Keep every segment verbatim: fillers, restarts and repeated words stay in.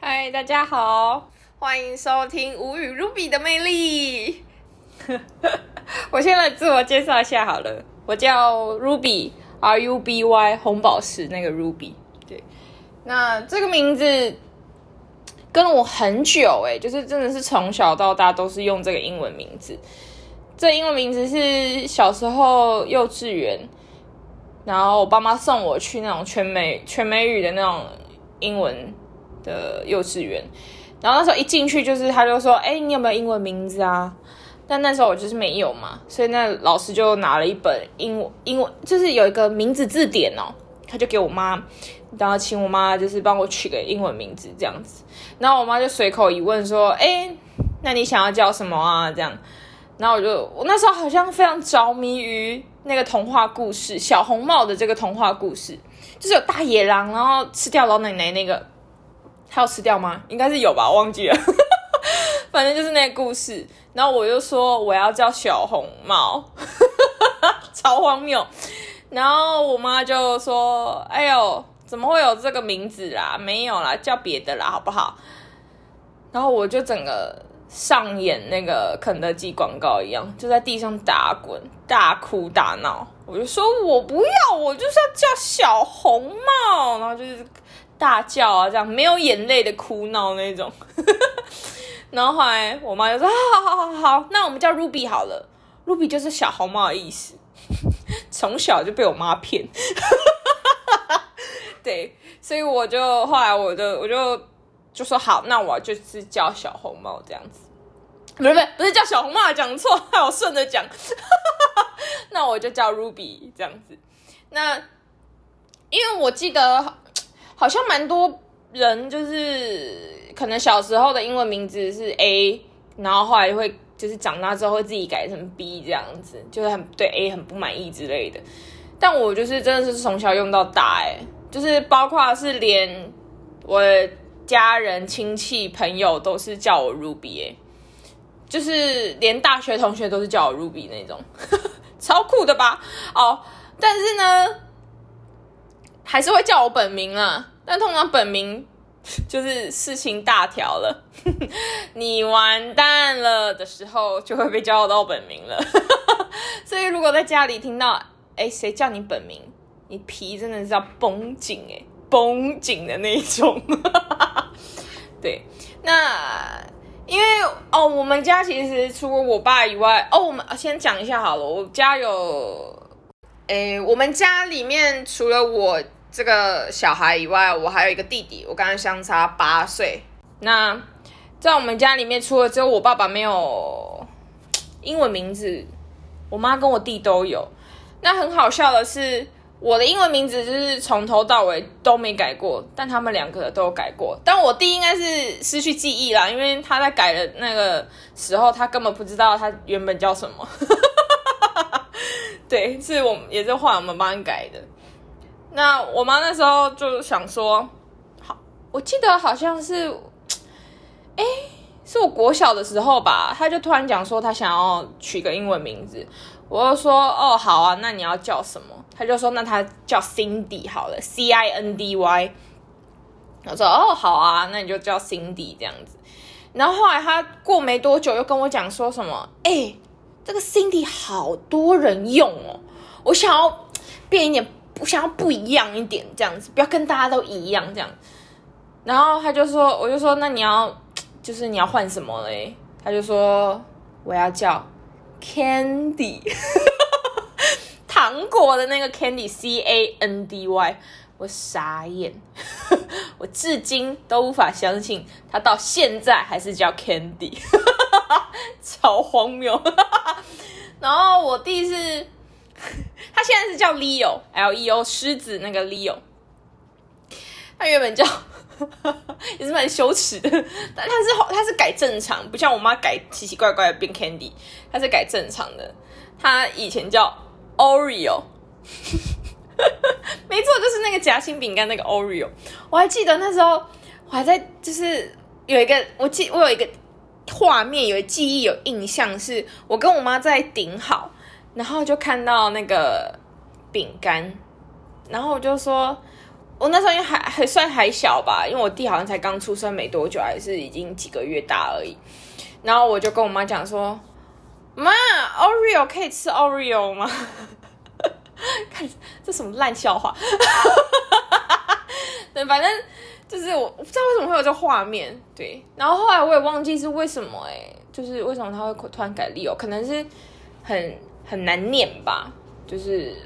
嗨，大家好，欢迎收听无语 Ruby 的魅力。我先来自我介绍一下好了，我叫 Ruby，R U B Y， 红宝石那个 Ruby。对，那这个名字跟了我很久诶，就是真的是从小到大都是用这个英文名字。这英文名字是小时候幼稚园，然后我爸妈送我去那种全美全美语的那种英文的幼稚园，然后那时候一进去就是他就说，哎，你有没有英文名字啊？但那时候我就是没有嘛，所以那老师就拿了一本英文英文，就是有一个名字字典哦，他就给我妈，然后请我妈就是帮我取个英文名字这样子，然后我妈就随口一问说，哎，那你想要叫什么啊？这样，然后我就我那时候好像非常着迷于那个童话故事小红帽的这个童话故事，就是有大野狼，然后吃掉老奶奶那个。他有吃掉吗？应该是有吧，我忘记了。反正就是那个故事，然后我就说我要叫小红帽，超荒谬。然后我妈就说：“哎呦，怎么会有这个名字啦？没有啦，叫别的啦，好不好？”然后我就整个上演那个肯德基广告一样，就在地上打滚、大哭大闹。我就说我不要，我就是要叫小红帽，然后就是大叫啊，这样没有眼泪的哭闹那种。然后后来我妈就说：“好好好好好，那我们叫 Ruby 好了。Ruby 就是小红帽的意思。”从小就被我妈骗。对，所以我就后来我就我就就说好，那我就是叫小红帽这样子。不是不是不是叫小红帽，讲错，害我顺着讲。那我就叫 Ruby 这样子。那因为我记得好像蛮多人就是可能小时候的英文名字是 A， 然后后来会就是长大之后会自己改成 B 这样子，就是很对 A 很不满意之类的。但我就是真的是从小用到大欸，就是包括是连我的家人亲戚朋友都是叫我 Ruby 欸，就是连大学同学都是叫我 Ruby 那种。超酷的吧？哦，但是呢还是会叫我本名啦，但通常本名就是事情大条了，你完蛋了的时候就会被叫到本名了。所以如果在家里听到哎谁叫你本名，你皮真的是要绷紧哎，绷紧的那一种。对，那因为哦，我们家其实除了我爸以外，哦，我们先讲一下好了，我家有，诶，我们家里面除了我这个小孩以外，我还有一个弟弟，我跟他相差八岁。那在我们家里面，除了只有我爸爸没有英文名字，我妈跟我弟都有。那很好笑的是，我的英文名字就是从头到尾都没改过，但他们两个都有改过。但我弟应该是失去记忆啦，因为他在改的那个时候，他根本不知道他原本叫什么。对，是我也是后来我们帮他改的。那我妈那时候就想说，好，我记得好像是，哎，是我国小的时候吧，他就突然讲说他想要取个英文名字，我就说哦好啊，那你要叫什么？他就说那他叫 Cindy 好了 ，C I N D Y。我说哦好啊，那你就叫 Cindy 这样子。然后后来他过没多久又跟我讲说什么，哎，这个 Cindy 好多人用哦，我想要变一点，我想要不一样一点这样子，不要跟大家都一样这样。然后他就说，我就说那你要就是你要换什么嘞？他就说我要叫 Candy。糖果的那个 Candy C A N D Y， 我傻眼。我至今都无法相信他到现在还是叫 Candy。超荒谬。然后我弟是他现在是叫 Leo L E O 狮子那个 Leo， 他原本叫也是蛮羞耻的，但他是他是改正常，不像我妈改奇奇怪怪的变 Candy， 他是改正常的。他以前叫Oreo。 没错，就是那个夹心饼干那个 Oreo。 我还记得那时候我还在就是有一个我记我有一个画面有记忆有印象，是我跟我妈在顶好，然后就看到那个饼干，然后我就说我那时候因为还还算还小吧，因为我弟好像才刚出生没多久，还是已经几个月大而已。然后我就跟我妈讲说，妈 ，Oreo 可以吃 Oreo 吗？看这什么烂笑话。对，反正就是我我不知道为什么会有这个画面，对。然后后来我也忘记是为什么、欸，哎，就是为什么他会突然改 Leo， 可能是很很难念吧，就是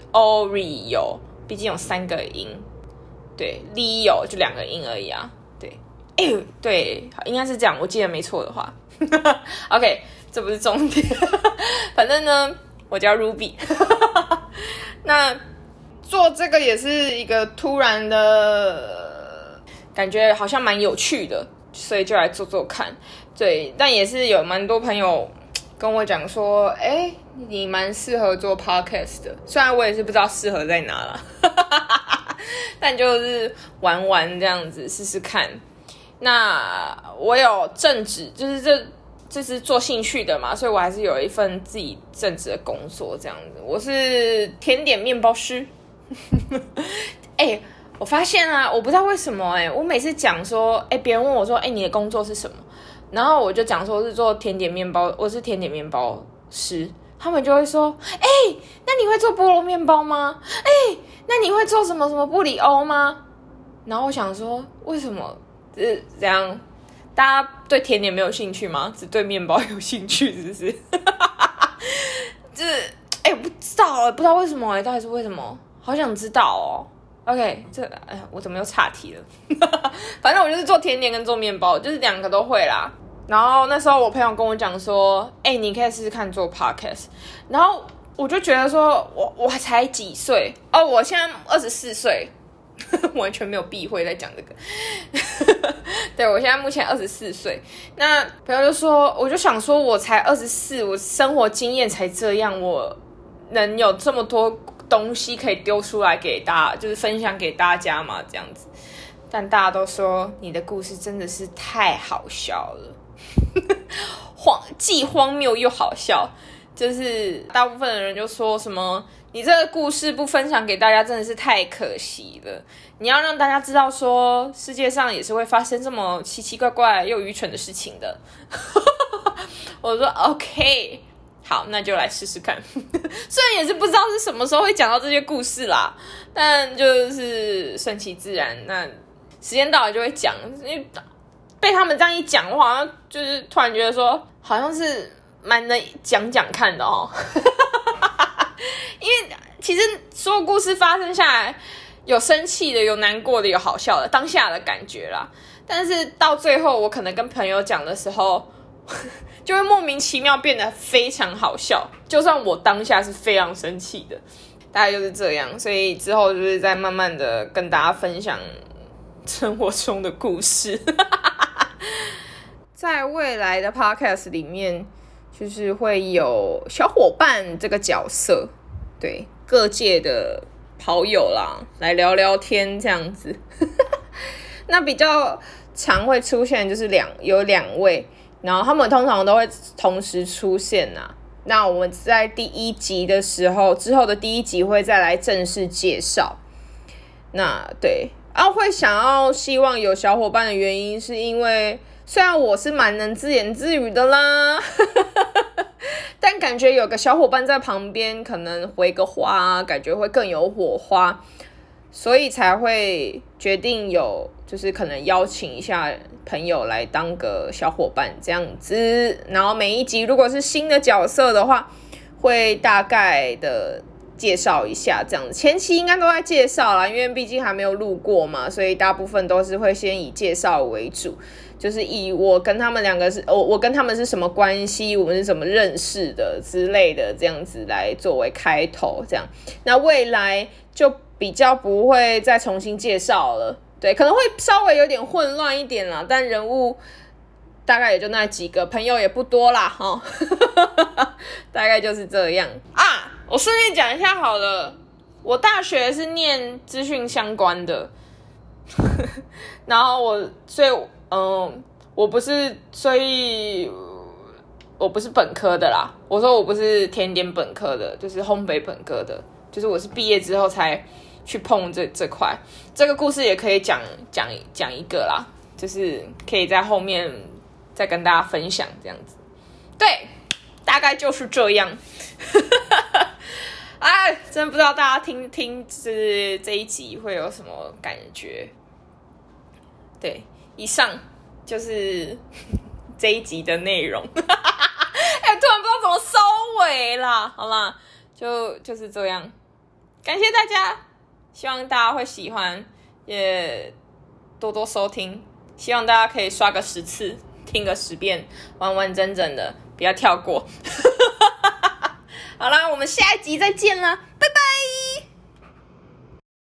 Oreo， 毕竟有三个音，对 ，Leo 就两个音而已啊，对，哎、欸，对，应该是这样，我记得没错的话。OK， 这不是重点，反正呢，我叫 Ruby。那做这个也是一个突然的感觉，好像蛮有趣的，所以就来做做看。对，但也是有蛮多朋友跟我讲说，哎，你蛮适合做 podcast 的。虽然我也是不知道适合在哪啦，但就是玩玩这样子试试看。那我有正职，就是这就是做兴趣的嘛，所以我还是有一份自己正职的工作这样子。我是甜点面包师。哎、欸，我发现啊，我不知道为什么哎、欸，我每次讲说，哎、欸，别人问我说，哎、欸，你的工作是什么？然后我就讲说是做甜点面包，我是甜点面包师，他们就会说，哎、欸，那你会做菠萝面包吗？哎、欸，那你会做什么什么布里欧吗？然后我想说，为什么？是这样？大家对甜点没有兴趣吗？只对面包有兴趣，是不是？就是哎、欸，不知道，不知道为什么哎、欸，到底是为什么？好想知道哦。OK， 这哎呀，我怎么又岔题了？反正我就是做甜点跟做面包，就是两个都会啦。然后那时候我朋友跟我讲说，哎、欸，你可以试试看做 podcast。然后我就觉得说，我我才几岁哦，我现在二十四岁。完全没有避讳在讲这个。对，我现在目前二十四岁，那朋友就说，我就想说我才二十四，我生活经验才这样，我能有这么多东西可以丢出来给大家，就是分享给大家嘛，这样子。但大家都说你的故事真的是太好笑了，荒既荒谬又好笑，就是大部分的人就说什么。你这个故事不分享给大家真的是太可惜了，你要让大家知道说世界上也是会发生这么奇奇怪怪又愚蠢的事情的。我说 OK， 好，那就来试试看。虽然也是不知道是什么时候会讲到这些故事啦，但就是顺其自然，那时间到了就会讲。因为被他们这样一讲，我好像就是突然觉得说好像是蛮能讲讲看的哦。因为其实所有故事发生下来，有生气的，有难过的，有好笑的，当下的感觉啦。但是到最后，我可能跟朋友讲的时候，就会莫名其妙变得非常好笑，就算我当下是非常生气的，大概就是这样。所以之后就是再慢慢的跟大家分享生活中的故事。在未来的 podcast 里面，就是会有小伙伴这个角色，对，各界的跑友啦，来聊聊天这样子。那比较常会出现就是两有两位，然后他们通常都会同时出现啊。那我们在第一集的时候，之后的第一集会再来正式介绍。那对，啊，会想要希望有小伙伴的原因，是因为虽然我是蛮能自言自语的啦。但感觉有个小伙伴在旁边，可能回个话，感觉会更有火花，所以才会决定有，就是可能邀请一下朋友来当个小伙伴这样子。然后每一集如果是新的角色的话，会大概的介绍一下这样子。前期应该都在介绍啦，因为毕竟还没有录过嘛，所以大部分都是会先以介绍为主。就是以我跟他们两个是，我我跟他们是什么关系，我们是怎么认识的之类的，这样子来作为开头，这样。那未来就比较不会再重新介绍了，对，可能会稍微有点混乱一点啦，但人物大概也就那几个，朋友也不多啦，齁。大概就是这样啊。我顺便讲一下好了，我大学是念资讯相关的，然后我所以。嗯，我不是，所以我不是本科的啦。我说我不是甜点本科的，就是烘焙本科的，就是我是毕业之后才去碰这这块。这个故事也可以讲讲讲一个啦，就是可以在后面再跟大家分享这样子。对，大概就是这样。哎，真不知道大家听听这这一集会有什么感觉。对，以上就是这一集的内容。哎，突然不知道怎么收尾啦。好啦，就就是这样。感谢大家，希望大家会喜欢，也多多收听。希望大家可以刷个十次，听个十遍，完完整整的，不要跳过。好啦，我们下一集再见啦，